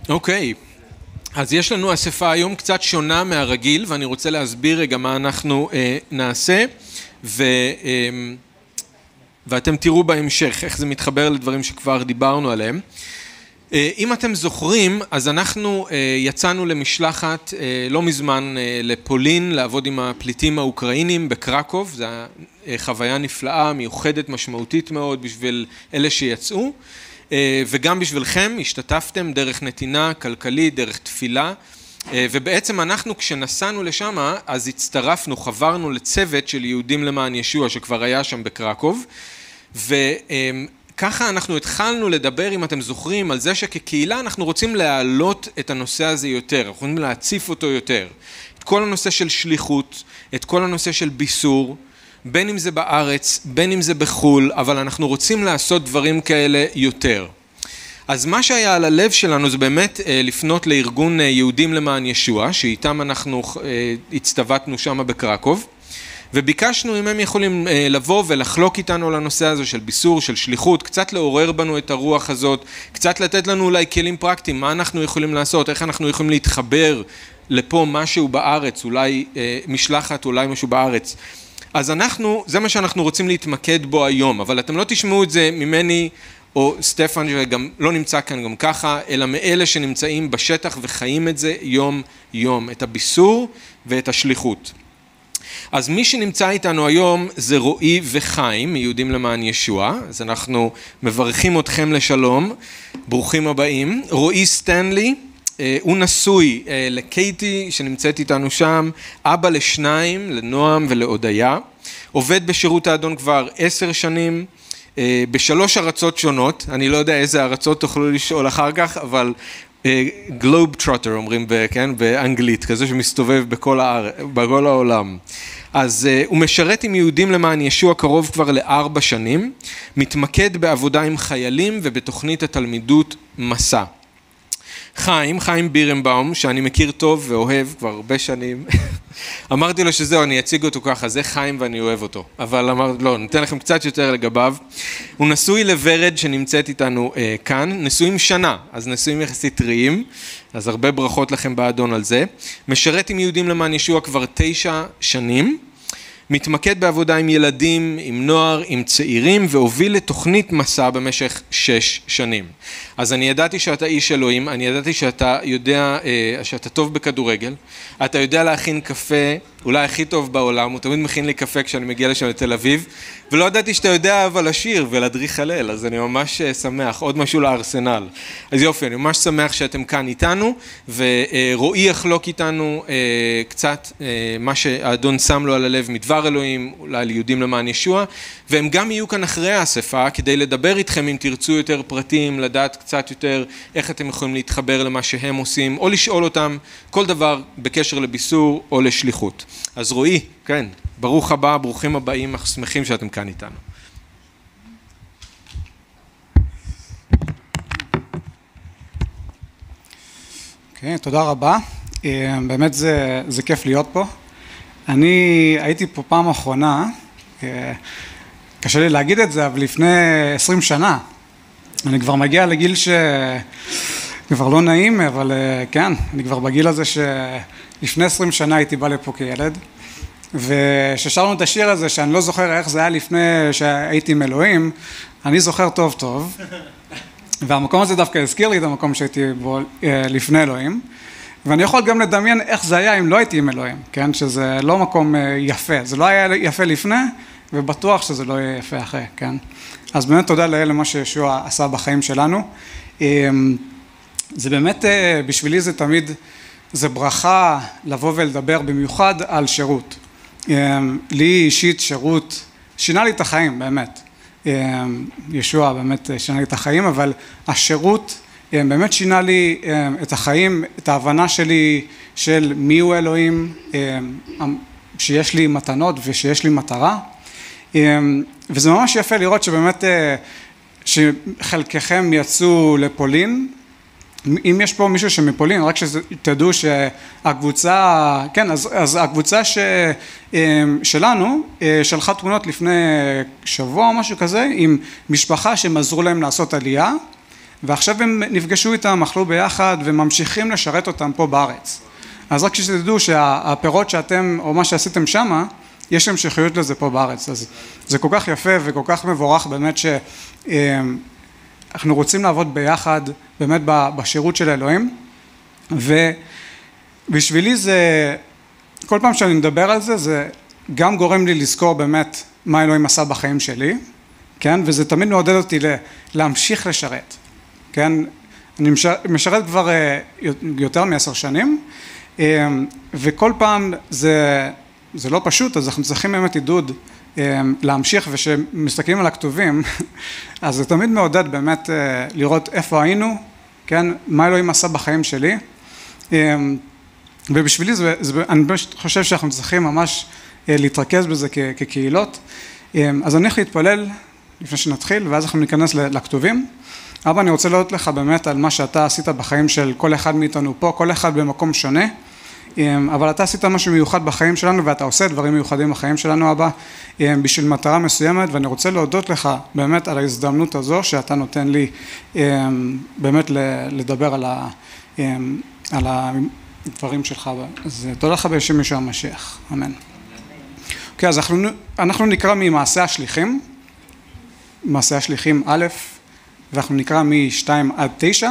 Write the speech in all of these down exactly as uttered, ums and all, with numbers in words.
אוקיי, אז יש לנו אספה היום קצת שונה מהרגיל, ואני רוצה להסביר רגע מה אנחנו אה, נעשה, ו, אה, ואתם תראו בהמשך איך זה מתחבר לדברים שכבר דיברנו עליהם. אה, אם אתם זוכרים, אז אנחנו אה, יצאנו למשלחת אה, לא מזמן אה, לפולין, לעבוד עם הפליטים האוקראינים בקרקוב, זו אה, חוויה נפלאה, מיוחדת, משמעותית מאוד בשביל אלה שיצאו, וגם בשבילכם השתתפתם דרך נתינה כלכלית, דרך תפילה, ובעצם אנחנו כשנסענו לשם, אז הצטרפנו, חברנו לצוות של יהודים למען ישוע שכבר היה שם בקרקוב, וככה אנחנו התחלנו לדבר, אם אתם זוכרים, על זה שכקהילה אנחנו רוצים להעלות את הנושא הזה יותר, אנחנו רוצים להציף אותו יותר, את כל הנושא של שליחות, את כל הנושא של ביסור, בין אם זה בארץ, בין אם זה בחול, אבל אנחנו רוצים לעשות דברים כאלה יותר. אז מה שהיה על הלב שלנו זה באמת לפנות לארגון יהודים למען ישוע, שאיתם אנחנו הצטוותנו שם בקרקוב, וביקשנו אם הם יכולים לבוא ולחלוק איתנו על הנושא הזה של ביסור, של שליחות, קצת לעורר בנו את הרוח הזאת, קצת לתת לנו אולי כלים פרקטיים, מה אנחנו יכולים לעשות, איך אנחנו יכולים להתחבר לפה משהו בארץ, אולי משלחת, אולי משהו בארץ. אז אנחנו, זה מה שאנחנו רוצים להתמקד בו היום, אבל אתם לא תשמעו את זה ממני או סטפן שגם לא נמצא כאן גם ככה, אלא מאלה שנמצאים בשטח וחיים את זה יום יום, את הביסור ואת השליחות. אז מי שנמצא איתנו היום זה רועי וחיים, מיהודים למען ישוע, אז אנחנו מברכים אתכם לשלום, ברוכים הבאים. רועי סטנלי, הוא נשוי לקייטי שנמצאת איתנו שם, אבא לשניים, לנועם ולהודיה, עובד בשירות האדון כבר עשר שנים, בשלוש ארצות שונות, אני לא יודע איזה ארצות תוכלו לשאול אחר כך, אבל גלוב טרוטר אומרים כן, באנגלית, כזה שמסתובב בכל, האר... בכל העולם. אז uh, הוא משרת עם יהודים למען ישוע קרוב כבר לארבע שנים, מתמקד בעבודה עם חיילים ובתוכנית התלמידות מסע. חיים, חיים בירנבאום, שאני מכיר טוב ואוהב כבר הרבה שנים, אמרתי לו שזהו, אני אציג אותו ככה, זה חיים ואני אוהב אותו, אבל אמרתי, לא, ניתן לכם קצת יותר לגביו. הוא נשוי לוורד שנמצאת איתנו אה, כאן, נשואים שנה, אז נשואים יחסית טריים, אז הרבה ברכות לכם באדון על זה. משרת עם יהודים למען ישוע כבר תשע שנים, מתמקד בעבודה עם ילדים, עם נוער, עם צעירים, והוביל לתוכנית מסע במשך שש שנים. אז אני ידעתי שאתה איש אלוהים, אני ידעתי שאתה יודע, שאתה טוב בכדורגל, אתה יודע להכין קפה, אולי הכי טוב בעולם, הוא תמיד מכין לי קפה כשאני מגיע לשם לתל אביב, ולא ידעתי שאתה יודע אבל לשיר ולהדריך הלל, אז אני ממש שמח, עוד משהו לארסנל. אז יופי, אני ממש שמח שאתם כאן איתנו, ורועי יחלוק איתנו קצת מה שהאדון שם לו על הלב מדבר אלוהים, אולי ליהודים למען ישוע, והם גם יהיו כאן אחרי האספה, כדי לדבר איתכם אם תרצו יותר פרטים, לדעת קצת יותר איך אתם יכולים להתחבר למה שהם עושים, או לשאול אותם כל דבר בקשר לביסור או לשליחות. אז רועי, כן, ברוך הבא, ברוכים הבאים, אנחנו שמחים שאתם כאן איתנו. אוקיי, תודה רבה. באמת זה, זה כיף להיות פה. אני הייתי פה פעם אחרונה, קשה לי להגיד את זה, אבל לפני עשרים שנה. אני כבר מגיע לגיל שכבר לא נעים, אבל כן, אני כבר בגיל הזה שלפני עשרים שנה הייתי בא לפה כילד, וששרנו את השיר הזה, שאני לא זוכר איך זה היה לפני שהייתי עם אלוהים, אני זוכר טוב טוב, והמקום הזה דווקא הזכיר לי את המקום שהייתי בו לפני אלוהים, ואני יכול גם לדמיין איך זה היה אם לא הייתי עם אלוהים, כן? שזה לא מקום יפה, זה לא היה יפה לפני, ובטוח שזה לא יהיה יפה אחרי, כן? אז באמת תודה לאל למה שישוע עשה בחיים שלנו. זה באמת, בשבילי זה תמיד, זה ברכה לבוא ולדבר במיוחד על שירות. לי אישית שירות, שינה לי את החיים, באמת. ישוע באמת שינה לי את החיים, אבל השירות באמת שינה לי את החיים, את ההבנה שלי של מי הוא אלוהים, שיש לי מתנות ושיש לי מטרה. וזה ממש יפה לראות שבאמת שחלקכם יצאו לפולין. אם יש פה מישהו שמפולין, רק שתדעו שהקבוצה, כן, אז, אז הקבוצה ש, שלנו שלחה תמונות לפני שבוע או משהו כזה, עם משפחה שהם עזרו להם לעשות עלייה, ועכשיו הם נפגשו איתם, אכלו ביחד, וממשיכים לשרת אותם פה בארץ. אז רק שתדעו שהפירות שאתם, או מה שעשיתם שמה, יש המשכיות לזה פה בארץ. אז זה כל כך יפה וכל כך מבורך באמת שאנחנו רוצים לעבוד ביחד, באמת בשירות של אלוהים, ובשבילי זה, כל פעם שאני מדבר על זה, זה גם גורם לי לזכור באמת מה אלוהים עשה בחיים שלי, כן? וזה תמיד מעודד אותי להמשיך לשרת, כן? אני משרת כבר יותר מעשר שנים, וכל פעם זה, זה לא פשוט, אז אנחנו צריכים באמת עידוד להמשיך, ושמסתכלים על הכתובים, אז זה תמיד מעודד באמת לראות איפה היינו, כן? מה אלוהים עשה בחיים שלי, ובשבילי זה, זה, אני חושב שאנחנו צריכים ממש להתרכז בזה כ, כקהילות. אז אני הולך להתפלל לפני שנתחיל, ואז אנחנו ניכנס לכתובים. אבא, אני רוצה להודות לך באמת על מה שאתה עשית בחיים של כל אחד מאיתנו פה, כל אחד במקום שונה, אבל אתה עשית משהו מיוחד בחיים שלנו, ואתה עושה דברים מיוחדים בחיים שלנו, אבא, בשביל מטרה מסוימת, ואני רוצה להודות לך באמת על ההזדמנות הזו שאתה נותן לי באמת לדבר על ה... על הדברים שלך. אז תודה לך בשם ישוע המשיח, אמן. אוקיי, אז אנחנו, אנחנו נקרא ממעשה השליחים, מעשה השליחים א', ואנחנו נקרא משתיים עד תשע.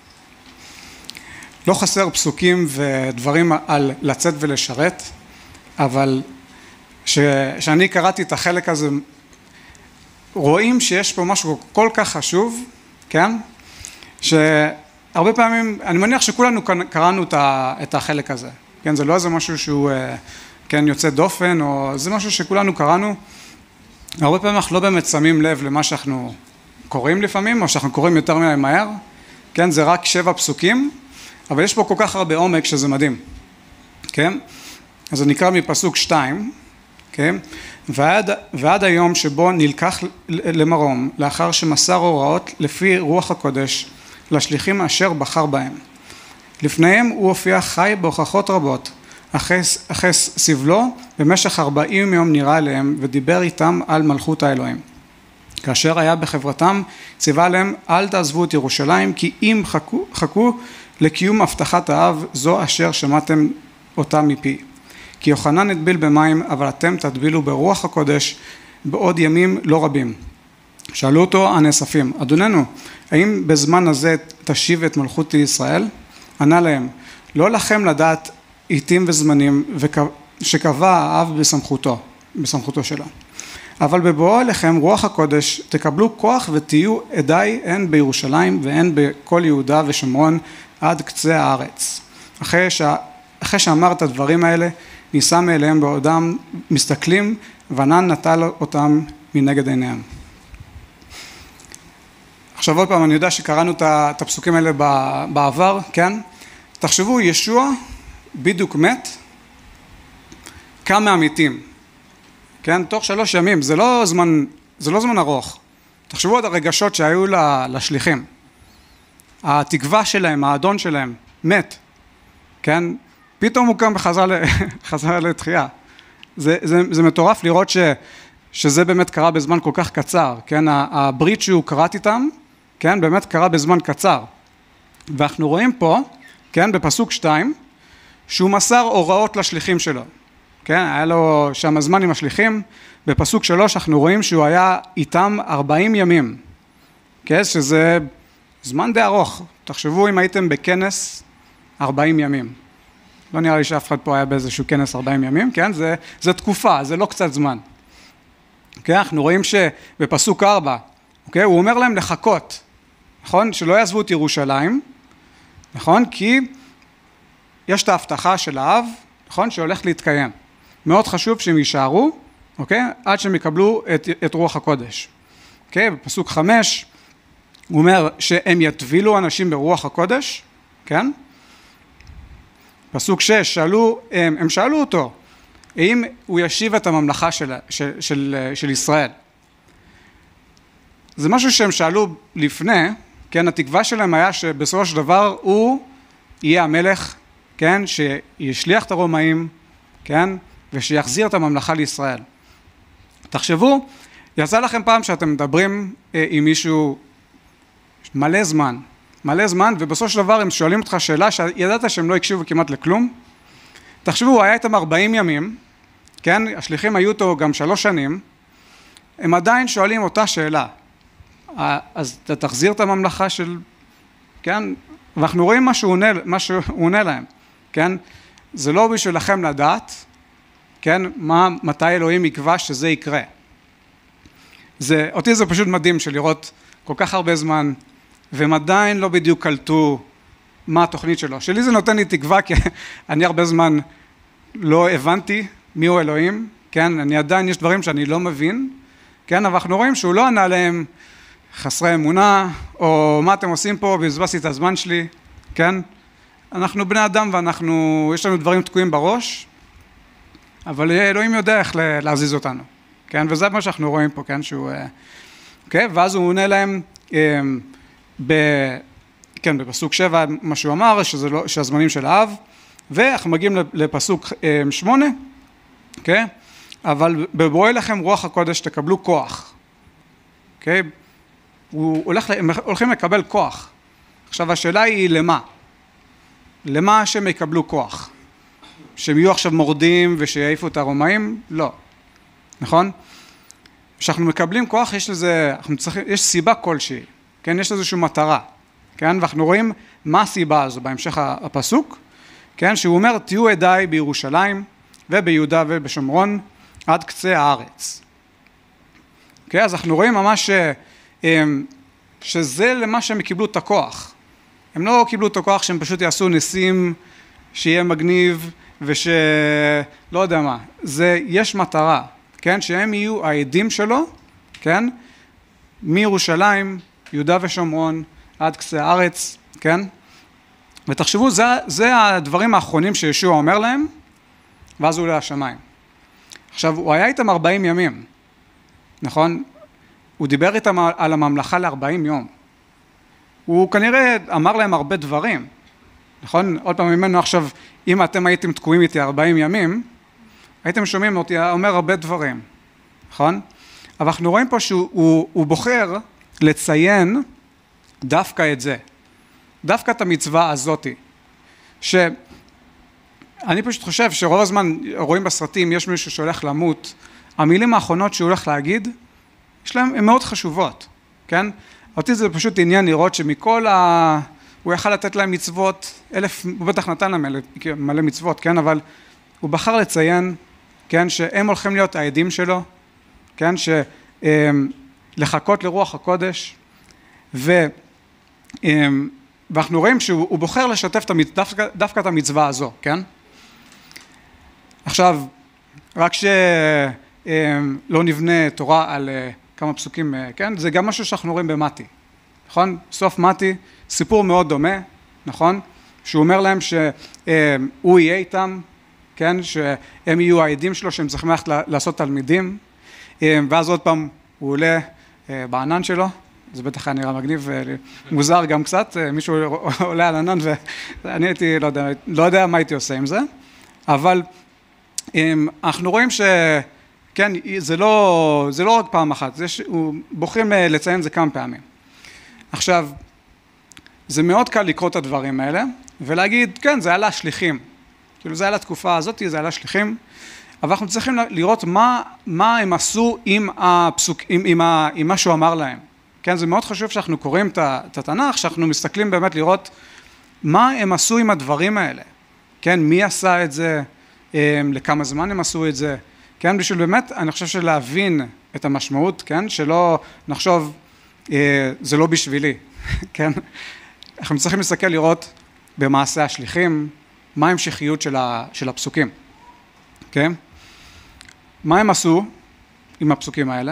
לא חסר פסוקים ודברים על לצאת ולשרת, אבל כשאני קראתי את החלק הזה, רואים שיש פה משהו כל כך חשוב, כן? ש... הרבה פעמים, אני מניח שכולנו קראנו את החלק הזה, כן, זה לא איזה משהו שהוא, כן, יוצא דופן, או זה משהו שכולנו קראנו, הרבה פעמים אנחנו לא באמת שמים לב למה שאנחנו קוראים לפעמים, או שאנחנו קוראים יותר מדי מהר, כן, זה רק שבע פסוקים, אבל יש פה כל כך הרבה עומק שזה מדהים, כן, אז זה נקרא מפסוק שתיים, כן, ועד, ועד היום שבו נלקח למרום, לאחר שמסר הוראות לפי רוח הקודש, לשליחים אשר בחר בהם. לפניהם הוא הופיע חי בהוכחות רבות, אחרי, אחרי סבלו במשך ארבעים יום נראה אליהם ודיבר איתם על מלכות האלוהים. כאשר היה בחברתם ציווה עליהם אל תעזבו את ירושלים כי אם חכו, חכו לקיום הבטחת האב זו אשר שמעתם אותה מפי. כי יוחנן הטביל במים אבל אתם תטבילו ברוח הקודש בעוד ימים לא רבים. שאלו אותו הנאספים, אדוננו, האם בזמן הזה תשיב את מלכות ישראל? ענה להם, לא לכם לדעת עיתים וזמנים שקבע האב בסמכותו, בסמכותו שלו. אבל בבואו אליכם רוח הקודש תקבלו כוח ותהיו עדיי הן בירושלים והן בכל יהודה ושומרון עד קצה הארץ. אחרי, ש... אחרי שאמר את הדברים האלה, ניסה מאליהם בעודם מסתכלים וענן נטל אותם מנגד עיניהם. עכשיו עוד פעם, אני יודע שקראנו את הפסוקים האלה בעבר, כן? תחשבו, ישוע בדיוק מת, קם מהמתים, כן? תוך שלוש ימים, זה לא זמן, זה לא זמן ארוך. תחשבו על הרגשות שהיו לשליחים. התקווה שלהם, האדון שלהם, מת, כן? פתאום הוא קם בחזרה לתחייה. זה, זה, זה מטורף לראות ש, שזה באמת קרה בזמן כל כך קצר, כן? הברית שהוא קראת איתם, כן? באמת קרה בזמן קצר. ואנחנו רואים פה, כן? בפסוק שתיים, שהוא מסר הוראות לשליחים שלו. כן? היה לו שם זמן עם השליחים. בפסוק שלוש אנחנו רואים שהוא היה איתם ארבעים ימים. כן? שזה זמן די ארוך. תחשבו אם הייתם בכנס ארבעים ימים. לא נראה לי שאף אחד פה היה באיזשהו כנס ארבעים ימים, כן? זה, זה תקופה, זה לא קצת זמן. כן? אנחנו רואים שבפסוק ארבע, אוקיי? הוא אומר להם לחכות, נכון? שלא יעזבו את ירושלים, נכון? כי יש את ההבטחה של האב, נכון? שהולך להתקיים. מאוד חשוב שהם יישארו, אוקיי? עד שהם יקבלו את, את רוח הקודש. אוקיי? בפסוק חמש, הוא אומר שהם יטבילו אנשים ברוח הקודש, כן? פסוק שש, שאלו, הם, הם שאלו אותו, האם הוא ישיב את הממלכה של, של, של, של ישראל. זה משהו שהם שאלו לפני, כן? התקווה שלהם היה שבסופו של דבר הוא יהיה המלך, כן? שישליח את הרומאים, כן? ושיחזיר את הממלכה לישראל. תחשבו, יצא לכם פעם שאתם מדברים אה, עם מישהו מלא זמן, מלא זמן, ובסופו של דבר הם שואלים אותך שאלה שידעת שהם לא הקשיבו כמעט לכלום. תחשבו, הוא היה איתם ארבעים ימים, כן? השליחים היו אותו גם שלוש שנים, הם עדיין שואלים אותה שאלה. אז אתה תחזיר את הממלכה של, כן? ואנחנו רואים מה שהוא עונה, מה שהוא עונה להם, כן? זה לא בשבילכם לדעת, כן? מה, מתי אלוהים יקבע שזה יקרה. זה, אותי זה פשוט מדהים של לראות כל כך הרבה זמן, והם עדיין לא בדיוק קלטו מה התוכנית שלו. שלי זה נותן לי תקווה, כי אני הרבה זמן לא הבנתי מי הוא אלוהים, כן? אני עדיין, יש דברים שאני לא מבין, כן? אבל אנחנו רואים שהוא לא ענה להם חסרי אמונה, או מה אתם עושים פה, בזבזתי את הזמן שלי, כן? אנחנו בני אדם ואנחנו, יש לנו דברים תקועים בראש, אבל אלוהים יודע איך להזיז אותנו, כן? וזה מה שאנחנו רואים פה, כן? שהוא, אוקיי? ואז הוא עונה להם, ב, כן, בפסוק שבע, מה שהוא אמר, שזה לא, שהזמנים של האב, ואנחנו מגיעים לפסוק שמונה, אוקיי? אבל בבואי לכם רוח הקודש תקבלו כוח, אוקיי? הוא הולך, הם הולכים לקבל כוח. עכשיו השאלה היא למה? למה שהם יקבלו כוח? שהם יהיו עכשיו מורדים ושיעיפו את הרומאים? לא. נכון? כשאנחנו מקבלים כוח יש לזה, אנחנו צריכים, יש סיבה כלשהי, כן? יש איזושהי מטרה, כן? ואנחנו רואים מה הסיבה הזו בהמשך הפסוק, כן? שהוא אומר תהיו עדיי בירושלים וביהודה ובשומרון עד קצה הארץ. אוקיי? אז אנחנו רואים ממש שזה למה שהם קיבלו את הכוח. הם לא קיבלו את הכוח שהם פשוט יעשו ניסים, שיהיה מגניב ושלא יודע מה. זה, יש מטרה, כן? שהם יהיו העדים שלו, כן? מירושלים, יהודה ושומרון, עד קצה הארץ, כן? ותחשבו, זה, זה הדברים האחרונים שישוע אומר להם, ואז הוא עולה לשמיים. עכשיו, הוא היה איתם ארבעים ימים, נכון? הוא דיבר איתם על הממלכה ל-ארבעים יום. הוא כנראה אמר להם הרבה דברים, נכון? עוד פעם ממנו עכשיו, אם אתם הייתם תקועים איתי ארבעים ימים, הייתם שומעים אותי, אומר הרבה דברים, נכון? אבל אנחנו רואים פה שהוא הוא, הוא בוחר לציין דווקא את זה, דווקא את המצווה הזאת, שאני פשוט חושב שרוב הזמן רואים בסרטים, יש מישהו שהולך למות, המילים האחרונות שהוא הולך להגיד, יש להם, הן מאוד חשובות, כן? אותי זה פשוט עניין לראות שמכל ה... הוא יכל לתת להם מצוות, אלף, הוא בטח נתן להם מלא, מלא מצוות, כן? אבל הוא בחר לציין, כן? שהם הולכים להיות העדים שלו, כן? שלחכות לרוח הקודש, ו... ואנחנו רואים שהוא בוחר לשתף את המצ... דווקא, דווקא את המצווה הזו, כן? עכשיו, רק שלא נבנה תורה על כמה פסוקים, כן? זה גם משהו שאנחנו רואים במתי, נכון? סוף מתי, סיפור מאוד דומה, נכון? שהוא אומר להם שהוא יהיה איתם, כן? שהם יהיו העדים שלו, שהם צריכים ללכת לעשות תלמידים, ואז עוד פעם הוא עולה בענן שלו, זה בטח היה נראה מגניב ומוזר גם קצת, מישהו עולה על ענן ואני הייתי, לא יודע, לא יודע מה הייתי עושה עם זה, אבל אנחנו רואים שכן, זה לא, זה לא רק פעם אחת, זה שהוא בוחרים לציין זה כמה פעמים. עכשיו, זה מאוד קל לקרוא את הדברים האלה ולהגיד, כן, זה היה לשליחים, כאילו זה היה לתקופה הזאת, זה היה לשליחים, אבל אנחנו צריכים לראות מה, מה הם עשו עם הפסוק, עם, עם, עם מה שהוא אמר להם. כן, זה מאוד חשוב שאנחנו קוראים את התנ"ך, שאנחנו מסתכלים באמת לראות מה הם עשו עם הדברים האלה. כן, מי עשה את זה, לכמה זמן הם עשו את זה. כן, בשביל באמת, אני חושב שלהבין את המשמעות, כן, שלא נחשוב, זה לא בשבילי, כן. אנחנו צריכים להסתכל לראות במעשה השליחים, מה ההמשכיות של, של הפסוקים. כן? מה הם עשו עם הפסוקים האלה?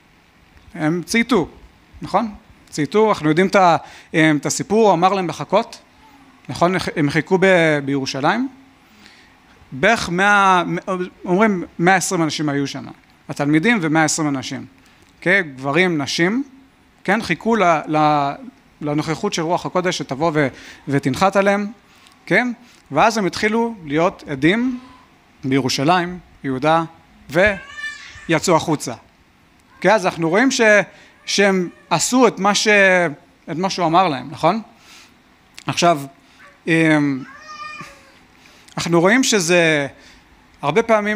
הם צייתו. נכון? צייתו, אנחנו יודעים את הסיפור, הוא אמר להם לחכות, נכון? הם חיכו ב- בירושלים, בערך מאה, אומרים מאה ועשרים אנשים היו שם, התלמידים ו-מאה ועשרים אנשים, okay? גברים, נשים, כן? חיכו ל- ל- לנוכחות של רוח הקודש שתבוא ו- ותנחת עליהם, כן? ואז הם התחילו להיות עדים בירושלים, יהודה, ויצאו החוצה. Okay? אז אנחנו רואים ש... שהם עשו את מה, ש... את מה שהוא אמר להם, נכון? עכשיו, אנחנו רואים שזה, הרבה פעמים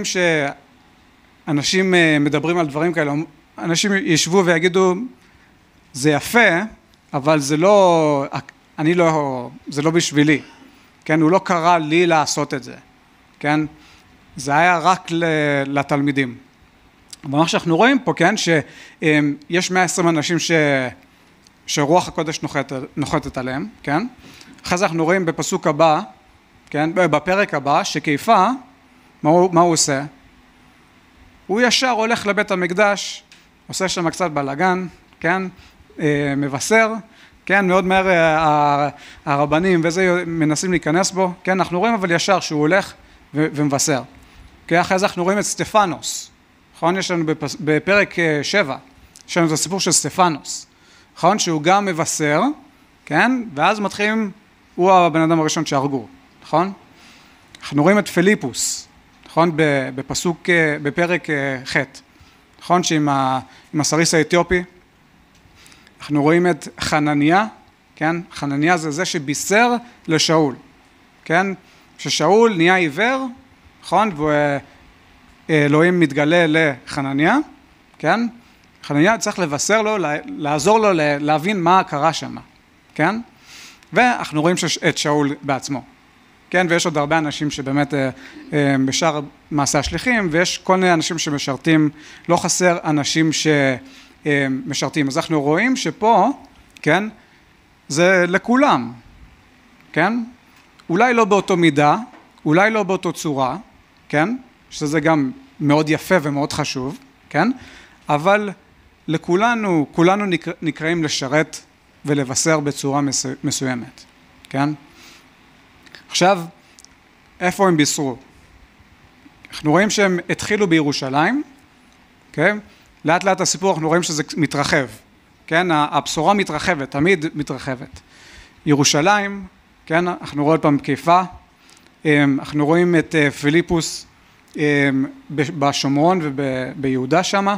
שאנשים מדברים על דברים כאלה, אנשים ישבו ויגידו, זה יפה, אבל זה לא, אני לא, זה לא בשבילי, כן? הוא לא קרא לי לעשות את זה, כן? זה היה רק לתלמידים. אבל מה שאנחנו רואים פה, כן, שיש מאה ועשרים אנשים ש, שרוח הקודש נוחתת, נוחתת עליהם, כן? אחרי זה אנחנו רואים בפסוק הבא, כן, בפרק הבא, שכיפה, מה הוא, מה הוא עושה? הוא ישר הולך לבית המקדש, עושה שם קצת בלגן, כן, מבשר, כן, מאוד מהר הרבנים וזה מנסים להיכנס בו, כן, אנחנו רואים אבל ישר שהוא הולך ומבשר. כן, אחרי זה אנחנו רואים את סטפנוס, נכון, יש לנו בפרק שבע, יש לנו את הסיפור של סטפנוס, נכון, שהוא גם מבשר, כן, ואז מתחילים, הוא הבן אדם הראשון שהרגו, נכון? אנחנו רואים את פיליפוס, נכון, בפסוק, בפרק ח', נכון, שעם הסריס האתיופי, אנחנו רואים את חנניה, כן, חנניה זה זה שבישר לשאול, כן, ששאול נהיה עיוור, נכון, ואלוהים מתגלה לחנניה, כן, חנניה צריך לבשר לו, לעזור לו להבין מה קרה שם, כן, ואנחנו רואים את שאול בעצמו, כן, ויש עוד הרבה אנשים שבאמת בשאר מעשה השליחים, ויש כל מיני אנשים שמשרתים, לא חסר אנשים שמשרתים, אז אנחנו רואים שפה, כן, זה לכולם, כן, אולי לא באותו מידה, אולי לא באותו צורה, כן, שזה גם מאוד יפה ומאוד חשוב, כן, אבל לכולנו, כולנו נקרא, נקראים לשרת ולבשר בצורה מסוימת, כן? עכשיו, איפה הם בישרו? אנחנו רואים שהם התחילו בירושלים, כן? לאט לאט הסיפור אנחנו רואים שזה מתרחב, כן? הבשורה מתרחבת, תמיד מתרחבת. ירושלים, כן? אנחנו רואים פעם כיפה, אנחנו רואים את פיליפוס בשומרון וביהודה שמה,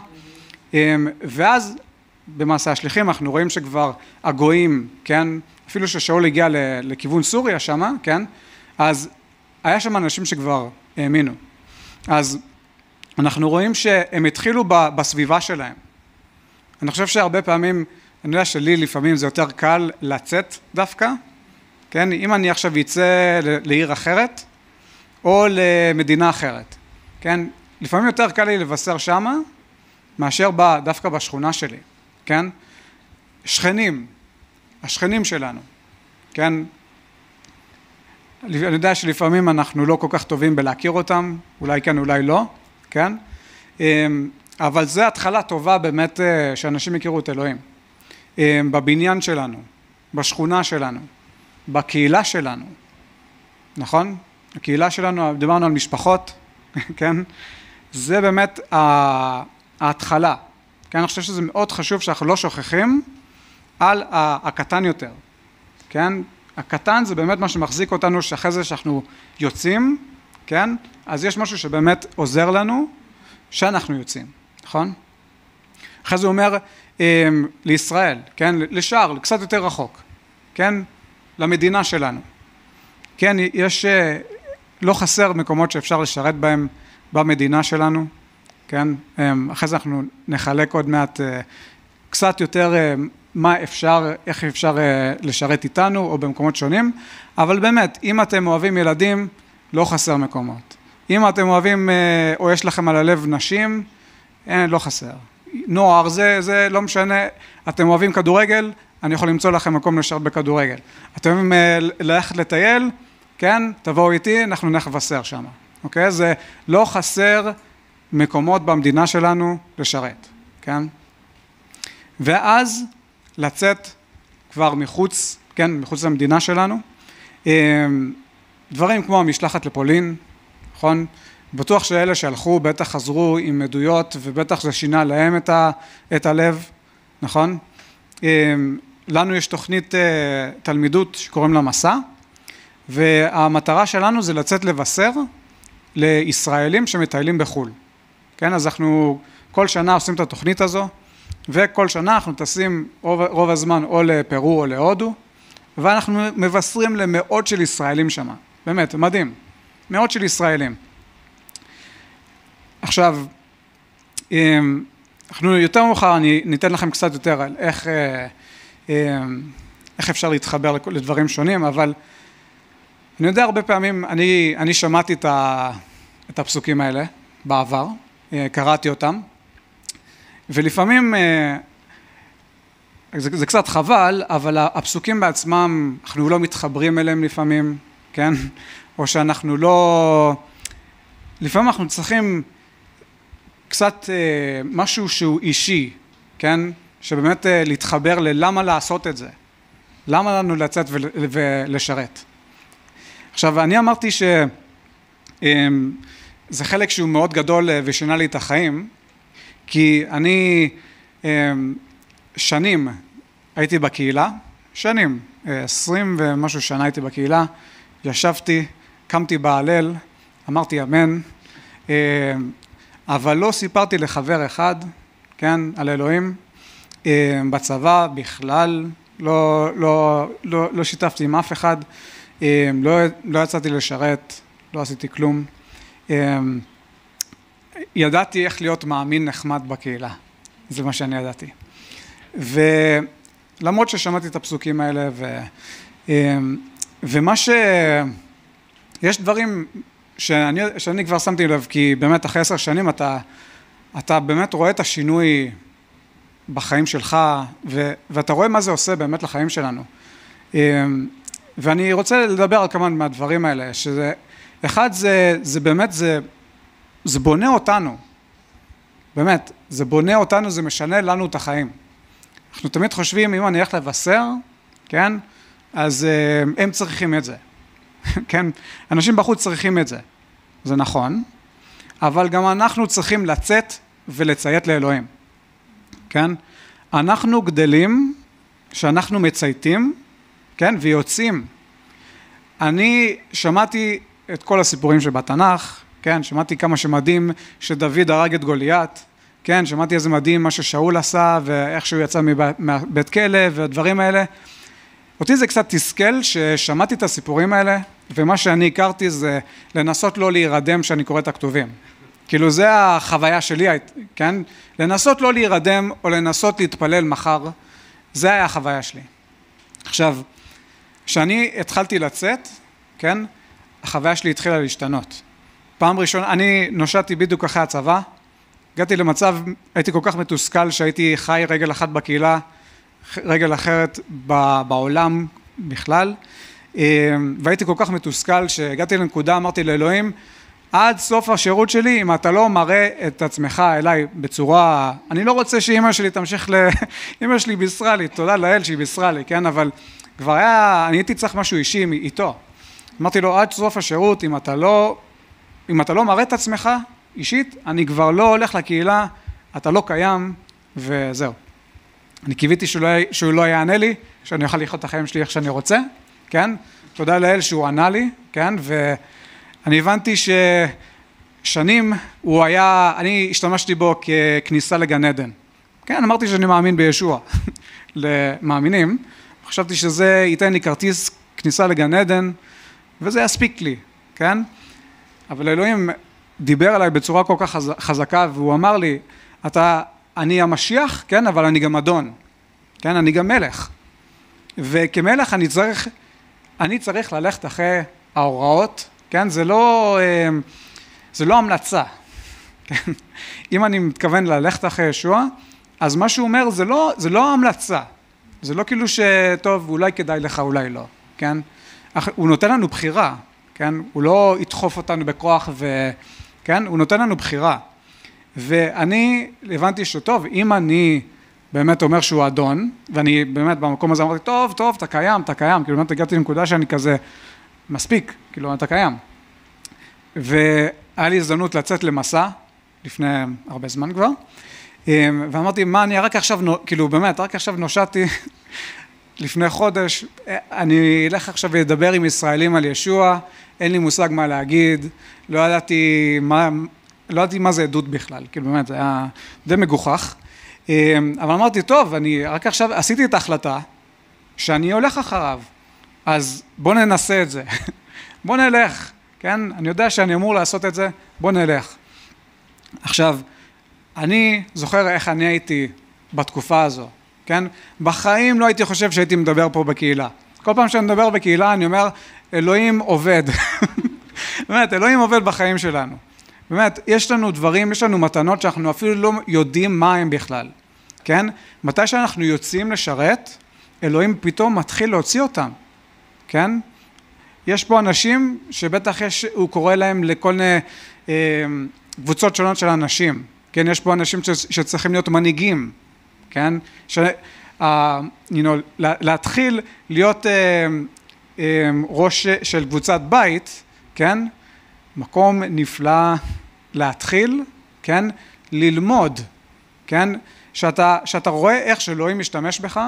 ואז במעשה השליחים אנחנו רואים שכבר הגויים, כן, אפילו ששאול הגיע לכיוון סוריה שמה, כן, אז היה שם אנשים שכבר האמינו. אז אנחנו רואים שהם התחילו בסביבה שלהם. אני חושב שהרבה פעמים, אני יודע שלי לפעמים זה יותר קל לצאת דווקא, כן, אם אני עכשיו יצא לעיר אחרת או למדינה אחרת, כן, לפעמים יותר קל לי לבשר שמה מאשר דווקא בשכונה שלי. כן? שכנים, השכנים שלנו, כן? אני יודע שלפעמים אנחנו לא כל כך טובים בלהכיר אותם, אולי כן, אולי לא, כן? אבל זו התחלה טובה באמת שאנשים יכירו את אלוהים. בבניין שלנו, בשכונה שלנו, בקהילה שלנו, נכון? הקהילה שלנו, דיברנו על משפחות, כן? זה באמת ההתחלה. כן, אני חושב שזה מאוד חשוב שאנחנו לא שוכחים על הקטן יותר, כן? הקטן זה באמת מה שמחזיק אותנו, שאחרי זה שאנחנו יוצאים, כן? אז יש משהו שבאמת עוזר לנו שאנחנו יוצאים, נכון? אחרי זה הוא אומר לישראל, כן? לשאר, קצת יותר רחוק, כן? למדינה שלנו, כן? יש, לא חסר מקומות שאפשר לשרת בהם במדינה שלנו, כן, אחרי זה אנחנו נחלק עוד מעט קצת יותר מה אפשר, איך אפשר לשרת איתנו או במקומות שונים, אבל באמת, אם אתם אוהבים ילדים, לא חסר מקומות. אם אתם אוהבים או יש לכם על הלב נשים, אין, לא חסר. נוער, זה, זה לא משנה, אתם אוהבים כדורגל, אני יכול למצוא לכם מקום לשרת בכדורגל. אתם אוהבים ללכת לטייל, כן, תבואו איתי, אנחנו נלך לבשר שם. אוקיי? זה לא חסר מקומות במדינה שלנו לשרת, כן? ואז לצאת כבר מחוץ, כן, מחוץ למדינה שלנו, דברים כמו המשלחת לפולין, נכון? בטוח שאלה שהלכו בטח חזרו עם עדויות ובטח זה שינה להם את, ה, את הלב, נכון? לנו יש תוכנית תלמידות שקוראים לה מסע, והמטרה שלנו זה לצאת לבשר לישראלים שמטיילים בחו"ל. כן, אז אנחנו כל שנה עושים את התוכנית הזו, וכל שנה אנחנו טסים רוב, רוב הזמן או לפרו או להודו, ואנחנו מבשרים למאות של ישראלים שם, באמת, מדהים, מאות של ישראלים. עכשיו, אנחנו יותר מאוחר, אני ניתן לכם קצת יותר על איך, איך אפשר להתחבר לדברים שונים, אבל אני יודע הרבה פעמים, אני, אני שמעתי את, ה, את הפסוקים האלה בעבר, קראתי אותם, ולפעמים, זה, זה קצת חבל, אבל הפסוקים בעצמם, אנחנו לא מתחברים אליהם לפעמים, כן? או שאנחנו לא, לפעמים אנחנו צריכים קצת משהו שהוא אישי, כן? שבאמת להתחבר ללמה לעשות את זה, למה לנו לצאת ולשרת. עכשיו, אני אמרתי שזה חלק שהוא מאוד גדול ושינה לי את החיים, כי אני שנים הייתי בקהילה, שנים, עשרים ומשהו שנה הייתי בקהילה, ישבתי, קמתי בהלל, אמרתי אמן, אבל לא סיפרתי לחבר אחד, כן, על אלוהים, בצבא בכלל, לא, לא, לא, לא שיתפתי עם אף אחד, לא, לא יצאתי לשרת, לא עשיתי כלום. ידעתי איך להיות מאמין נחמד בקהילה, זה מה שאני ידעתי. ולמרות ששמעתי את הפסוקים האלה, ו, ומה ש... יש דברים שאני, שאני כבר שמתי לב, כי באמת אחרי עשר שנים אתה, אתה באמת רואה את השינוי בחיים שלך, ו, ואתה רואה מה זה עושה באמת לחיים שלנו. ואני רוצה לדבר על כמה מהדברים האלה, שזה, אחד זה, זה באמת, זה, זה בונה אותנו, באמת, זה בונה אותנו, זה משנה לנו את החיים. אנחנו תמיד חושבים, אם אני הולך לבשר, כן, אז הם צריכים את זה, כן, אנשים בחוץ צריכים את זה, זה נכון, אבל גם אנחנו צריכים לצאת ולציית לאלוהים, כן, אנחנו גדלים, שאנחנו מצייתים, כן, ויוצאים. אני שמעתי את כל הסיפורים שבתנ"ך, כן, שמעתי כמה שמדהים שדוד הרג את גוליית, כן, שמעתי איזה מדהים מה ששאול עשה, ואיך שהוא יצא מבית כלא, והדברים האלה. אותי זה קצת תסכל ששמעתי את הסיפורים האלה, ומה שאני הכרתי זה לנסות לא להירדם שאני קורא את הכתובים. כאילו זה החוויה שלי, כן, לנסות לא להירדם, או לנסות להתפלל מחר, זה היה החוויה שלי. עכשיו, כשאני התחלתי לצאת, כן, החוויה שלי התחילה להשתנות. פעם ראשונה, אני נושעתי בדיוק אחרי הצבא, הגעתי למצב, הייתי כל כך מתוסכל שהייתי חי רגל אחת בקהילה, רגל אחרת בעולם בכלל, והייתי כל כך מתוסכל שהגעתי לנקודה, אמרתי לאלוהים, עד סוף השירות שלי, אם אתה לא מראה את עצמך אליי בצורה, אני לא רוצה שאמא שלי תמשיך ל... אמא שלי בישרה לי, תודה לאל שהיא בישרה לי, כן, אבל כבר היה, אני הייתי צריך משהו אישי איתו. אמרתי לו, עד סוף השירות, אם אתה לא, אם אתה לא מראה את עצמך אישית, אני כבר לא הולך לקהילה, אתה לא קיים, וזהו. אני קיוויתי שהוא לא, שהוא לא יענה לי, שאני אוכל לחיות את החיים שלי איך שאני רוצה, כן? תודה לאל שהוא ענה לי, כן? ואני הבנתי ששנים הוא היה, אני השתמשתי בו ככניסה לגן עדן. כן, אמרתי שאני מאמין בישוע למאמינים, חשבתי שזה ייתן לי כרטיס כניסה לגן עדן, וזה יספיק לי, כן? אבל אלוהים דיבר עליי בצורה כל כך חזקה, והוא אמר לי, אתה, אני המשיח, כן, אבל אני גם אדון, כן, אני גם מלך. וכמלך אני צריך, אני צריך ללכת אחרי ההוראות, כן, זה לא, זה לא המלצה, כן? אם אני מתכוון ללכת אחרי ישוע, אז מה שהוא אומר זה לא, זה לא המלצה, זה לא כאילו שטוב, אולי כדאי לך, אולי לא, כן? הוא נותן לנו בחירה, כן? הוא לא ידחוף אותנו בכוח, ו... כן? הוא נותן לנו בחירה. ואני הבנתי שטוב, אם אני באמת אומר שהוא אדון, ואני באמת במקום הזה אמרתי, טוב, טוב, אתה קיים, אתה קיים, כאילו באמת הגעתי לנקודה שאני כזה מספיק, כאילו אתה קיים. והיה לי הזדמנות לצאת למסע, לפני הרבה זמן כבר, ואמרתי, מה אני רק עכשיו, כאילו באמת, רק עכשיו נושעתי, לפני חודש, אני אלך עכשיו לדבר עם ישראלים על ישוע, אין לי מושג מה להגיד, לא ידעתי מה, לא ידעתי מה זה עדות בכלל, כאילו באמת, זה היה די מגוחך, אבל אמרתי, טוב, אני רק עכשיו עשיתי את ההחלטה שאני הולך אחריו, אז בוא ננסה את זה, בוא נלך, כן? אני יודע שאני אמור לעשות את זה, בוא נלך. עכשיו, אני זוכר איך אני הייתי בתקופה הזו, כן? בחיים לא הייתי חושב שהייתי מדבר פה בקהילה. כל פעם שאני מדבר בקהילה אני אומר, אלוהים עובד. באמת, אלוהים עובד בחיים שלנו. באמת, יש לנו דברים, יש לנו מתנות שאנחנו אפילו לא יודעים מה הם בכלל, כן? מתי שאנחנו יוצאים לשרת, אלוהים פתאום מתחיל להוציא אותם, כן? יש פה אנשים שבטח יש, הוא קורא להם לכל מיני אה, קבוצות שונות של אנשים, כן? יש פה אנשים ש, שצריכים להיות מנהיגים, כן? ש, uh, you know, לה, להתחיל להיות uh, uh, ראש של קבוצת בית, כן? מקום נפלא להתחיל, כן? ללמוד, כן? שאתה, שאתה רואה איך שאלוהים משתמש בך,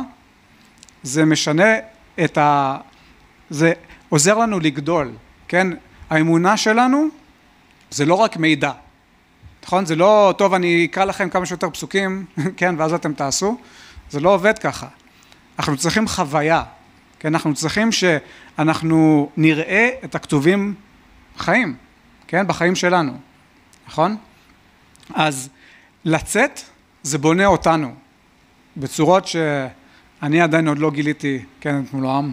זה משנה את ה... זה עוזר לנו לגדול, כן? האמונה שלנו זה לא רק מידע, נכון? זה לא, טוב, אני אקרא לכם כמה שיותר פסוקים, כן? ואז אתם תעשו. זה לא עובד ככה. אנחנו צריכים חוויה, כן? אנחנו צריכים שאנחנו נראה את הכתובים חיים, כן? בחיים שלנו, נכון? אז לצאת זה בונה אותנו, בצורות שאני עדיין עוד לא גיליתי, כן, את מולועם.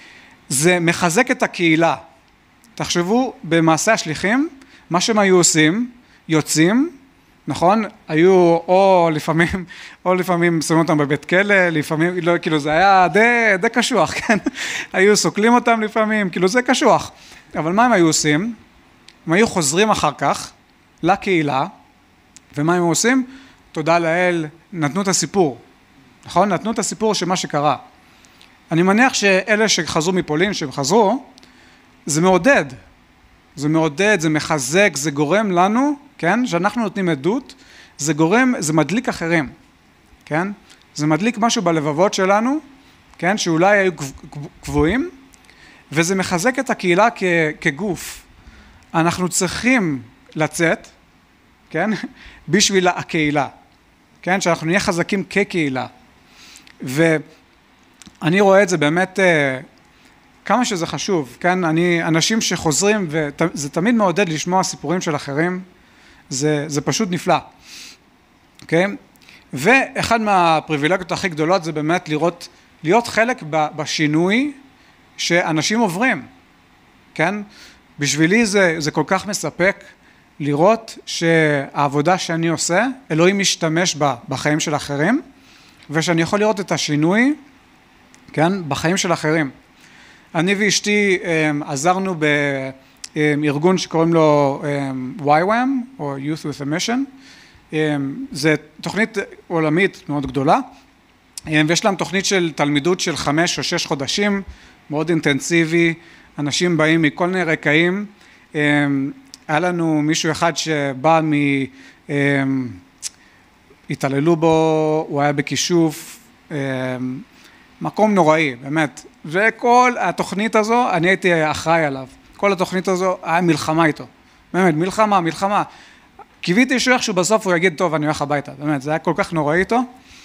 זה מחזק את הקהילה. תחשבו, במעשה השליחים, מה שהם היו עושים, יוצאים, נכון? היו או לפעמים, או לפעמים שמים אותם בבית כלא, לפעמים, לא, כאילו זה היה די, די קשוח, כן? היו סוקלים אותם לפעמים, כאילו זה קשוח. אבל מה הם היו עושים? הם היו חוזרים אחר כך לקהילה, ומה הם עושים? תודה לאל, נתנו את הסיפור, נכון? נתנו את הסיפור של מה שקרה. אני מניח שאלה שחזרו מפולין, שהם חזרו, זה מעודד. זה מעודד, זה מחזק, זה גורם לנו, כן? שאנחנו נותנים עדות, זה גורם, זה מדליק אחרים, כן? זה מדליק משהו בלבבות שלנו, כן? שאולי היו קבועים, וזה מחזק את הקהילה כ, כגוף. אנחנו צריכים לצאת, כן? בשביל הקהילה, כן? שאנחנו נהיה חזקים כקהילה. ואני רואה את זה באמת, כמה שזה חשוב, כן? אני, אנשים שחוזרים, וזה תמיד מעודד לשמוע סיפורים של אחרים, זה, זה פשוט נפלא, אוקיי? ואחד מהפריבילגיות הכי גדולות זה באמת לראות, להיות חלק בשינוי שאנשים עוברים, כן? בשבילי זה, זה כל כך מספק לראות שהעבודה שאני עושה, אלוהים משתמש בה בחיים של אחרים, ושאני יכול לראות את השינוי, כן? בחיים של אחרים. אני ואשתי עזרנו בארגון שקוראים לו וואי וואם, או Youth with a Mission. זה תוכנית עולמית מאוד גדולה, ויש להם תוכנית של תלמידות של חמש או שש חודשים, מאוד אינטנסיבי, אנשים באים מכל מיני רקעים. היה לנו מישהו אחד שבא מ... התעללו בו, הוא היה בכישוף, מקום נוראי, באמת. וכל התוכנית הזו, אני הייתי אחראי עליו. כל התוכנית הזו היה מלחמה איתו. באמת, מלחמה, מלחמה. קיוויתי שהוא איכשהו בסוף הוא יגיד, טוב, אני הולך הביתה. באמת, זה היה כל כך נוראי איתו.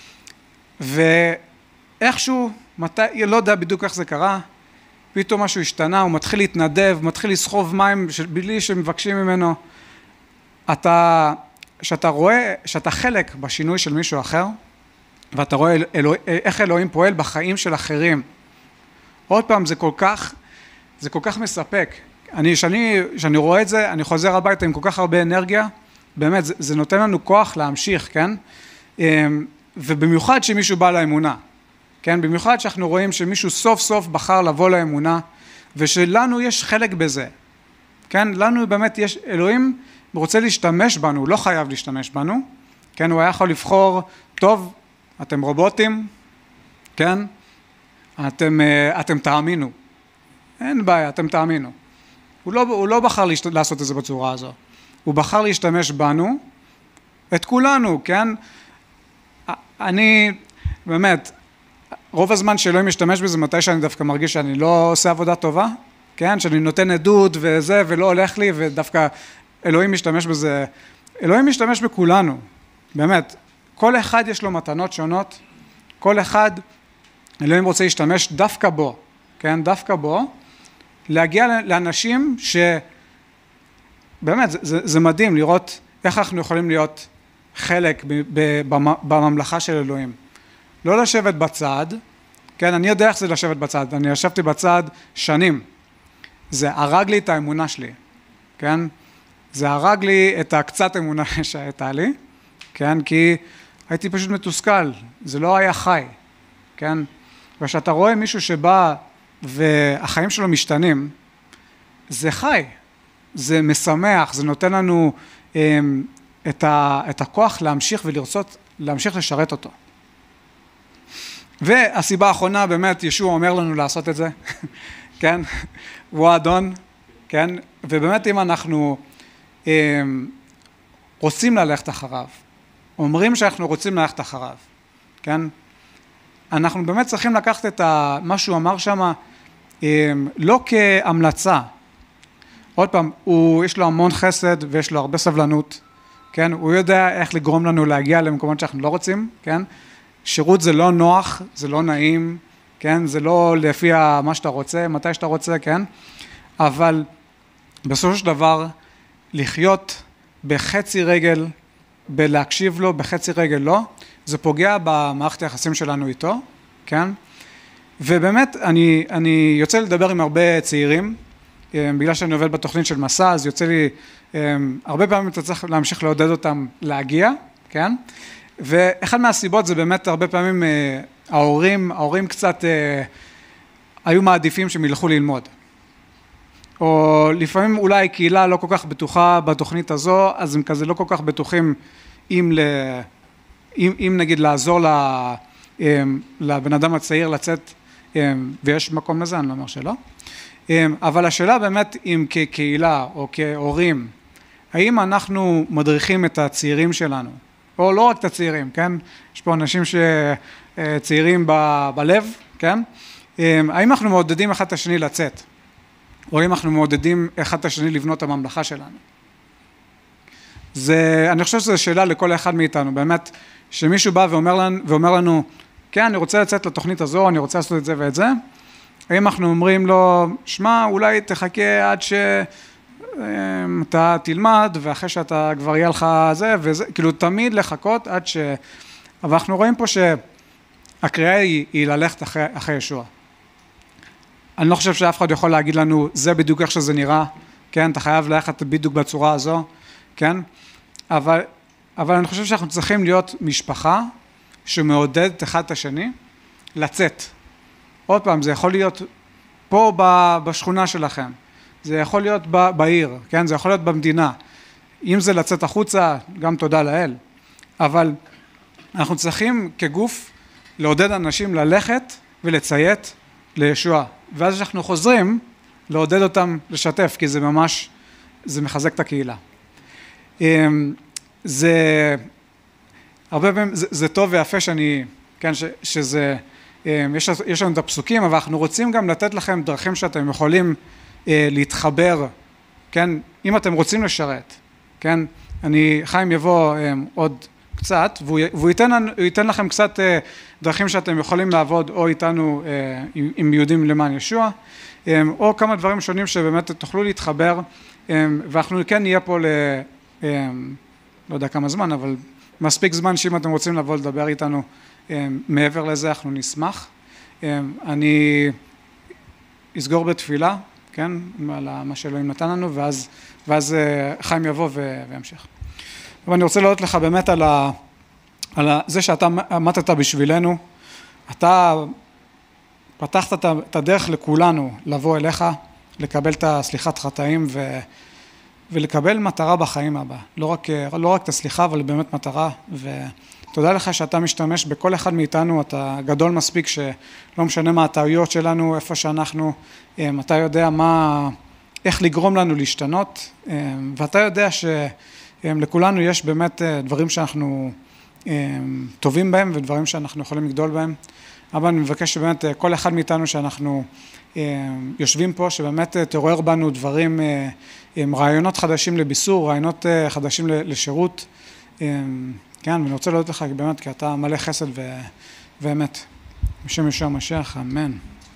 ואיכשהו, מתי, לא יודע בדיוק איך זה קרה, פתאום משהו השתנה, הוא מתחיל להתנדב, מתחיל לסחוב מים בלי שמבקשים ממנו. אתה, שאתה רואה, שאתה חלק בשינוי של מישהו אחר, ואתה רואה אלוה, איך אלוהים פועל בחיים של אחרים. עוד פעם, זה כל כך, זה כל כך מספק. אני, שאני, שאני רואה את זה, אני חוזר הביתה עם כל כך הרבה אנרגיה, באמת, זה, זה נותן לנו כוח להמשיך, כן? ובמיוחד שמישהו בא לאמונה, כן? במיוחד שאנחנו רואים שמישהו סוף סוף בחר לבוא לאמונה, ושלנו יש חלק בזה, כן? לנו באמת יש, אלוהים רוצה להשתמש בנו, הוא לא חייב להשתמש בנו, כן? הוא היה יכול לבחור, טוב, אתם רובוטים, כן? אתם, אתם תאמינו. אין בעיה, אתם תאמינו. הוא לא, הוא לא בחר להשת... לעשות את זה בצורה הזו. הוא בחר להשתמש בנו, את כולנו, כן? אני, באמת, רוב הזמן שאלוהים משתמש בזה, מתי שאני דווקא מרגיש שאני לא עושה עבודה טובה, כן? שאני נותן עדות וזה, ולא הולך לי, ודווקא אלוהים משתמש בזה. אלוהים משתמש בכולנו, באמת. כל אחד יש לו מתנות שונות, כל אחד, אלוהים רוצה להשתמש דווקא בו, כן, דווקא בו, להגיע לאנשים ש... באמת, זה, זה, זה מדהים לראות איך אנחנו יכולים להיות חלק בממלכה של אלוהים. לא לשבת בצד, כן, אני יודע איך זה לשבת בצד, אני ישבתי בצד שנים. זה הרג לי את האמונה שלי, כן? זה הרג לי את הקצת אמונה שהייתה לי, כן? כי הייתי פשוט מתוסכל, זה לא היה חי, כן? וכשאתה רואה מישהו שבא והחיים שלו משתנים, זה חי, זה משמח, זה נותן לנו אמ, את, ה, את הכוח להמשיך ולרצות, להמשיך לשרת אותו. והסיבה האחרונה, באמת, ישוע אומר לנו לעשות את זה, כן? הוא האדון, כן? ובאמת אם אנחנו אמ, רוצים ללכת אחריו, אומרים שאנחנו רוצים ללכת אחריו, כן? אנחנו באמת צריכים לקחת את ה, מה שהוא אמר שם, אמ, לא כהמלצה. עוד פעם, הוא, יש לו המון חסד ויש לו הרבה סבלנות, כן? הוא יודע איך לגרום לנו להגיע למקומות שאנחנו לא רוצים, כן? שירות זה לא נוח, זה לא נעים, כן? זה לא לפי מה שאתה רוצה, מתי שאתה רוצה, כן? אבל בסופו של דבר, לחיות בחצי רגל, בלהקשיב לו, בחצי רגל לא, זה פוגע במערכת היחסים שלנו איתו, כן? ובאמת, אני, אני יוצא לדבר עם הרבה צעירים, בגלל שאני עובד בתוכנית של מסע, אז יוצא לי, הרבה פעמים אתה צריך להמשיך לעודד אותם להגיע, כן? ואחד מהסיבות זה באמת הרבה פעמים ההורים, ההורים קצת היו מעדיפים שהם ילכו ללמוד. או לפעמים אולי קהילה לא כל כך בטוחה בתוכנית הזו, אז הם כזה לא כל כך בטוחים אם, ל, אם, אם נגיד לעזור לבן אדם הצעיר לצאת, ויש מקום לזה, אני לא אומר שלא. אבל השאלה באמת אם כקהילה או כהורים, האם אנחנו מדריכים את הצעירים שלנו, או לא רק את הצעירים, כן? יש פה אנשים שצעירים ב, בלב, כן? האם אנחנו מעודדים אחד את השני לצאת? או אם אנחנו מעודדים אחד את השני לבנות את הממלכה שלנו? זה, אני חושב שזו שאלה לכל אחד מאיתנו, באמת, שמישהו בא ואומר לנו, ואומר לנו, כן, אני רוצה לצאת לתוכנית הזו, אני רוצה לעשות את זה ואת זה, האם אנחנו אומרים לו, שמע, אולי תחכה עד שאתה תלמד, ואחרי שאתה כבר יהיה לך זה, וזה, כאילו תמיד לחכות עד ש... אבל אנחנו רואים פה שהקריאה היא, היא ללכת אחרי, אחרי ישוע. אני לא חושב שאף אחד יכול להגיד לנו, זה בדיוק איך שזה נראה, כן, אתה חייב ללכת בדיוק בצורה הזו, כן, אבל, אבל אני חושב שאנחנו צריכים להיות משפחה שמעודדת אחד את השני לצאת. עוד פעם, זה יכול להיות פה בשכונה שלכם, זה יכול להיות בעיר, כן, זה יכול להיות במדינה. אם זה לצאת החוצה, גם תודה לאל. אבל אנחנו צריכים כגוף לעודד אנשים ללכת ולציית לישוע. ואז כשאנחנו חוזרים, לעודד אותם לשתף, כי זה ממש, זה מחזק את הקהילה. זה, הרבה פעמים, זה, זה טוב ויפה שאני, כן, ש, שזה, יש, יש לנו את הפסוקים, אבל אנחנו רוצים גם לתת לכם דרכים שאתם יכולים אה, להתחבר, כן, אם אתם רוצים לשרת, כן, אני, חיים יבוא אה, עוד קצת, והוא, והוא ייתן, ייתן לכם קצת אה, דרכים שאתם יכולים לעבוד או איתנו, אה, עם, עם יהודים למען ישוע, אה, או כמה דברים שונים שבאמת תוכלו להתחבר, אה, ואנחנו כן נהיה פה ל... אה, לא יודע כמה זמן, אבל מספיק זמן שאם אתם רוצים לבוא לדבר איתנו, מעבר לזה אנחנו נשמח. אני אסגור בתפילה, כן, על מה שאלוהים נתן לנו, ואז, ואז חיים יבוא וימשיך. אבל אני רוצה להודות לך באמת על, ה, על ה, זה שאתה עמדת בשבילנו, אתה פתחת את הדרך לכולנו לבוא אליך, לקבל את הסליחת חטאים ו, ולקבל מטרה בחיים הבא. לא רק, לא רק את הסליחה, אבל באמת מטרה, ותודה לך שאתה משתמש בכל אחד מאיתנו, אתה גדול מספיק שלא משנה מה הטעויות שלנו, איפה שאנחנו, אתה יודע מה, איך לגרום לנו להשתנות, ואתה יודע שלכולנו יש באמת דברים שאנחנו טובים בהם, ודברים שאנחנו יכולים לגדול בהם. אבל אני מבקש שבאמת כל אחד מאיתנו שאנחנו יושבים פה, שבאמת תעורר בנו דברים, רעיונות חדשים לביסור, רעיונות חדשים לשירות, כן, ואני רוצה להודות לך באמת, כי אתה מלא חסד ו... ואמת. בשם ישוע המשיח, אמן.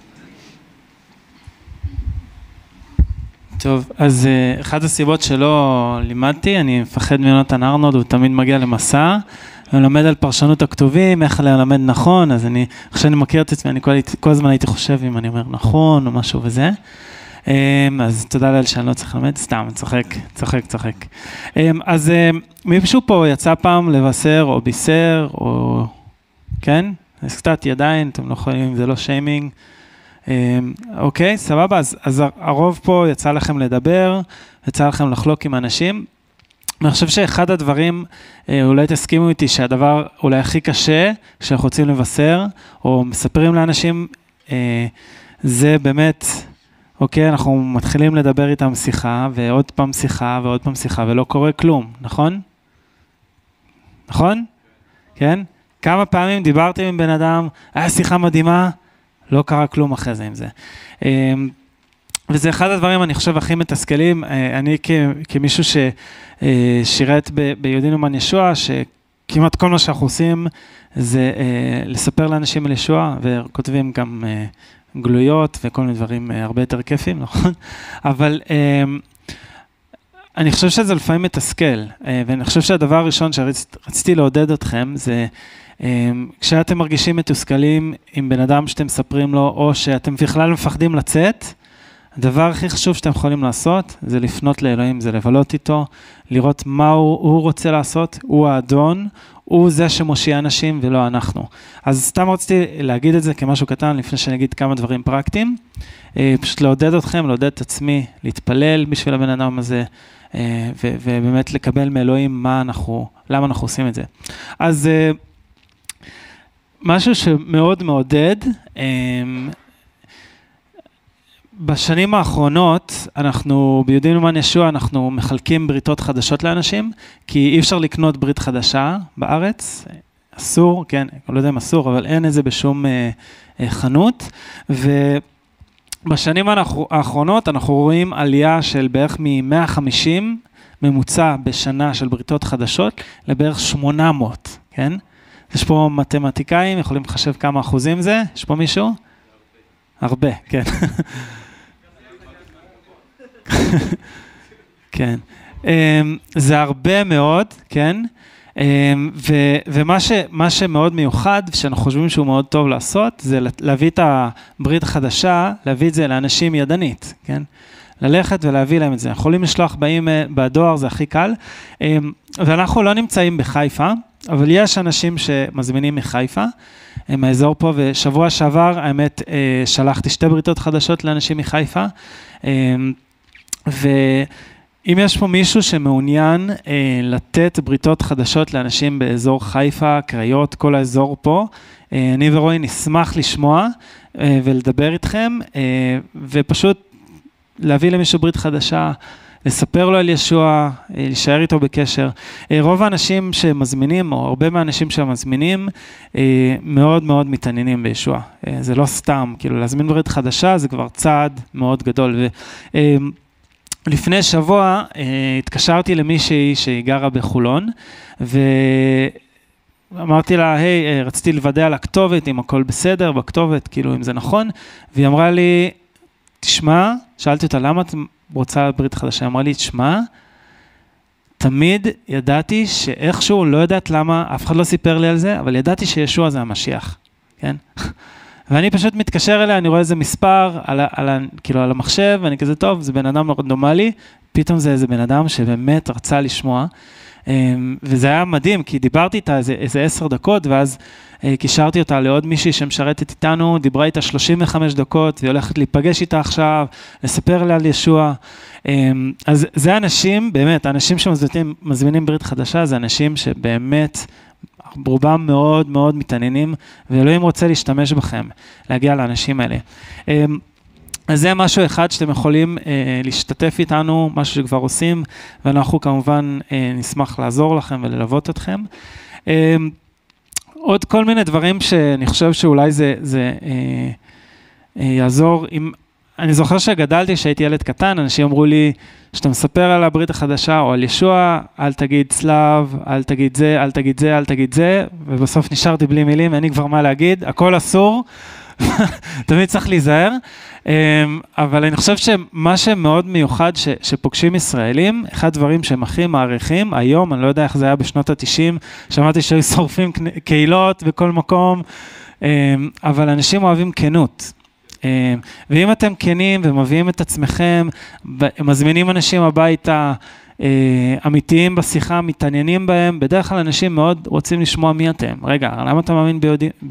טוב, אז אחת הסיבות שלא לימדתי, אני מפחד מיונתן ארנולד, הוא תמיד מגיע למסע, אני לומד על פרשנות הכתובים, איך ללמד נכון, אז אני, עכשיו אני מכיר את עצמי, אני כל, כל הזמן הייתי חושב אם אני אומר נכון או משהו וזה, אז תודה לאל שאני לא צריך ללמד, סתם, צוחק, צוחק, צוחק. אז מישהו פה יצא פעם לבשר או בישר, או, כן? אז קצת ידיים, אתם לא יכולים, זה לא שיימינג. אוקיי, סבבה, אז, אז הרוב פה יצא לכם לדבר, יצא לכם לחלוק עם אנשים. אני חושב שאחד הדברים, אולי תסכימו איתי, שהדבר אולי הכי קשה, שאנחנו רוצים לבשר, או מספרים לאנשים, זה באמת, אוקיי, אנחנו מתחילים לדבר איתם שיחה, ועוד פעם שיחה, ועוד פעם שיחה, ולא קורה כלום, נכון? נכון? כן? כמה פעמים דיברתם עם בן אדם, היה שיחה מדהימה, לא קרה כלום אחרי זה עם זה. וזה אחד הדברים, אני חושב, הכי מתסכלים. אני כמישהו ששירת ביהודים למען ישוע, שכמעט כל מה שאנחנו עושים זה לספר לאנשים על ישוע, וכותבים גם גלויות וכל מיני דברים הרבה יותר כיפים, נכון? אבל אני חושב שזה לפעמים מתסכל, ואני חושב שהדבר הראשון שרציתי לעודד אתכם זה, כשאתם מרגישים מתוסכלים עם בן אדם שאתם מספרים לו, או שאתם בכלל מפחדים לצאת, הדבר הכי חשוב שאתם יכולים לעשות, זה לפנות לאלוהים, זה לבלות איתו, לראות מה הוא, הוא רוצה לעשות, הוא האדון, הוא זה שמושיע אנשים ולא אנחנו. אז סתם רציתי להגיד את זה כמשהו קטן, לפני שאני אגיד כמה דברים פרקטיים, פשוט לעודד אתכם, לעודד את עצמי, להתפלל בשביל הבן אדם הזה, ו- ובאמת לקבל מאלוהים מה אנחנו, למה אנחנו עושים את זה. אז משהו שמאוד מעודד, בשנים האחרונות, אנחנו ביהודים למען ישוע, אנחנו מחלקים בריתות חדשות לאנשים, כי אי אפשר לקנות ברית חדשה בארץ, אסור, כן, אני לא יודע אם אסור, אבל אין את זה בשום אה, אה, חנות, ובשנים האחרונות אנחנו רואים עלייה של בערך מ-מאה וחמישים ממוצע בשנה של בריתות חדשות, לבערך שמונה מאות, כן? יש פה מתמטיקאים, יכולים לחשב כמה אחוזים זה, יש פה מישהו? הרבה, כן. כן. זה הרבה מאוד, כן? ומה ש, מה שמאוד מיוחד, שאנחנו חושבים שהוא מאוד טוב לעשות, זה להביא את הברית החדשה, להביא את זה לאנשים ידנית, כן? ללכת ולהביא להם את זה. יכולים לשלוח באים בדואר, זה הכי קל. ואנחנו לא נמצאים בחיפה, אבל יש אנשים שמזמינים מחיפה, מהאזור פה, ושבוע שעבר, האמת, שלחתי שתי בריתות חדשות לאנשים מחיפה, ואם יש פה מישהו שמעוניין לתת בריתות חדשות לאנשים באזור חיפה, קריות, כל האזור פה, אני ורועי נשמח לשמוע ולדבר איתכם, ופשוט להביא למישהו ברית חדשה, לספר לו על ישוע, להישאר איתו בקשר. רוב האנשים שמזמינים, או הרבה מהאנשים שמזמינים, מאוד מאוד מתעניינים בישוע. זה לא סתם, כאילו להזמין ברית חדשה, זה כבר צעד מאוד גדול. ולפני שבוע התקשרתי למישהי שהיא גרה בחולון, ואמרתי לה, היי, רציתי לוודא על הכתובת, אם הכל בסדר, בכתובת, כאילו אם זה נכון, והיא אמרה לי, תשמע, שאלתי אותה, למה את רוצה ברית חדשה? אמרה לי, תשמע, תמיד ידעתי שאיכשהו, לא יודעת למה, אף אחד לא סיפר לי על זה, אבל ידעתי שישוע זה המשיח, כן? ואני פשוט מתקשר אליה, אני רואה איזה מספר, על, על, כאילו על המחשב, ואני כזה טוב, זה בן אדם נורמלי, פתאום זה איזה בן אדם שבאמת רצה לשמוע, וזה היה מדהים, כי דיברתי איתה איזה, איזה עשר דקות, ואז קישרתי אותה לעוד מישהי שמשרתת איתנו, דיברה איתה שלושים וחמש דקות, והיא הולכת להיפגש איתה עכשיו, לספר לה על ישוע. אז זה אנשים, באמת, האנשים שמזמינים ברית חדשה, זה אנשים שבאמת, רובם מאוד מאוד מתעניינים, ואלוהים רוצה להשתמש בכם, להגיע לאנשים האלה. אז זה משהו אחד שאתם יכולים אה, להשתתף איתנו, משהו שכבר עושים, ואנחנו כמובן אה, נשמח לעזור לכם וללוות אתכם. אה, עוד כל מיני דברים שאני חושב שאולי זה, זה אה, אה, יעזור, אם אני זוכר שגדלתי, שהייתי ילד קטן, אנשים אמרו לי, שאתה מספר על הברית החדשה או על ישוע, אל תגיד צלב, אל תגיד זה, אל תגיד זה, אל תגיד זה, ובסוף נשארתי בלי מילים, אין לי כבר מה להגיד, הכל אסור, תמיד צריך להיזהר, אבל אני חושב שמה שמאוד מיוחד ש, שפוגשים ישראלים, אחד הדברים שהם הכי מעריכים, היום, אני לא יודע איך זה היה בשנות ה-תשעים, שמעתי שהיו שורפים קהילות בכל מקום, אבל אנשים אוהבים כנות. ואם אתם כנים ומביאים את עצמכם, מזמינים אנשים הביתה, אמיתיים בשיחה, מתעניינים בהם, בדרך כלל אנשים מאוד רוצים לשמוע מי אתם. רגע, למה אתה מאמין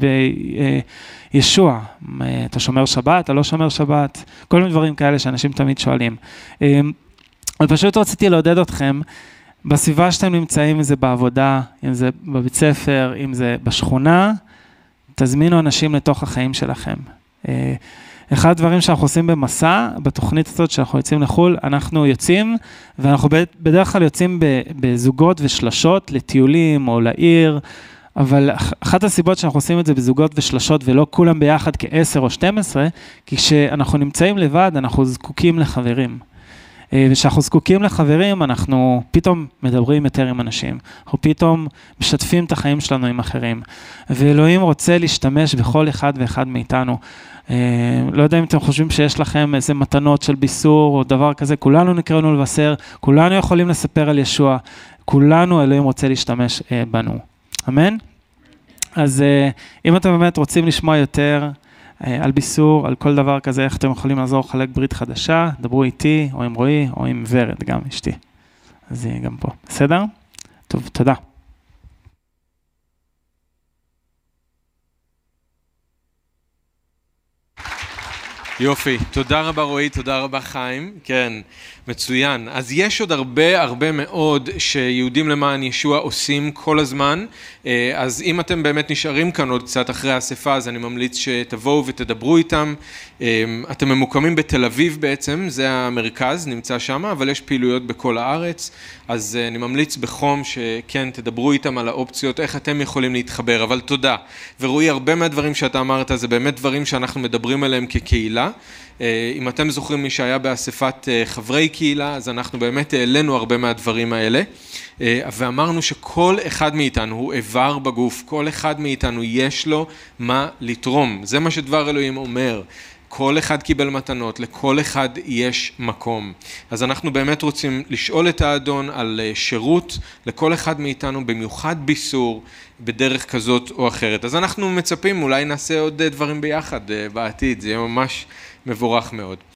בישוע? אתה שומר שבת? אתה לא שומר שבת? כל מיני דברים כאלה שאנשים תמיד שואלים. אבל פשוט רציתי לעודד אתכם, בסביבה שאתם נמצאים, אם זה בעבודה, אם זה בבית ספר, אם זה בשכונה, תזמינו אנשים לתוך החיים שלכם. אחד הדברים שאנחנו עושים במסע, בתוכנית הזאת שאנחנו יוצאים לחול, אנחנו יוצאים, ואנחנו בדרך כלל יוצאים בזוגות ושלשות לטיולים או לעיר, אבל אחת הסיבות שאנחנו עושים את זה בזוגות ושלשות, ולא כולם ביחד כ-עשר או שתים עשרה, כי כשאנחנו נמצאים לבד, אנחנו זקוקים לחברים. ושאנחנו זקוקים לחברים, אנחנו פתאום מדברים יותר עם אנשים, אנחנו פתאום משתפים את החיים שלנו עם אחרים, ואלוהים רוצה להשתמש בכל אחד ואחד מאיתנו. לא יודע אם אתם חושבים שיש לכם איזה מתנות של ביסור או דבר כזה, כולנו נקראנו לבשר, כולנו יכולים לספר על ישוע, כולנו אלוהים רוצה להשתמש בנו. אמן? אז אם אתם באמת רוצים לשמוע יותר על ביסור, על כל דבר כזה, איך אתם יכולים לעזור לחלק ברית חדשה, דברו איתי, או עם רועי, או עם ורד, גם אשתי. אז היא גם פה. בסדר? טוב, תודה. יופי, תודה רבה רועי, תודה רבה חיים, כן, מצוין. אז יש עוד הרבה הרבה מאוד שיהודים למען ישוע עושים כל הזמן, אז אם אתם באמת נשארים כאן עוד קצת אחרי האספה, אז אני ממליץ שתבואו ותדברו איתם. אתם ממוקמים בתל אביב בעצם, זה המרכז, נמצא שם, אבל יש פעילויות בכל הארץ, אז אני ממליץ בחום שכן, תדברו איתם על האופציות, איך אתם יכולים להתחבר, אבל תודה. ורועי, הרבה מהדברים שאתה אמרת, זה באמת דברים שאנחנו מדברים עליהם כקהילה. אם אתם זוכרים מי שהיה באספת חברי קהילה, אז אנחנו באמת העלינו הרבה מהדברים האלה, ואמרנו שכל אחד מאיתנו הוא איבר בגוף, כל אחד מאיתנו יש לו מה לתרום. זה מה שדבר אלוהים אומר. כל אחד קיבל מתנות, לכל אחד יש מקום. אז אנחנו באמת רוצים לשאול את האדון על שירות לכל אחד מאיתנו, במיוחד ביסור, בדרך כזאת או אחרת. אז אנחנו מצפים, אולי נעשה עוד דברים ביחד בעתיד, זה יהיה ממש מבורך מאוד.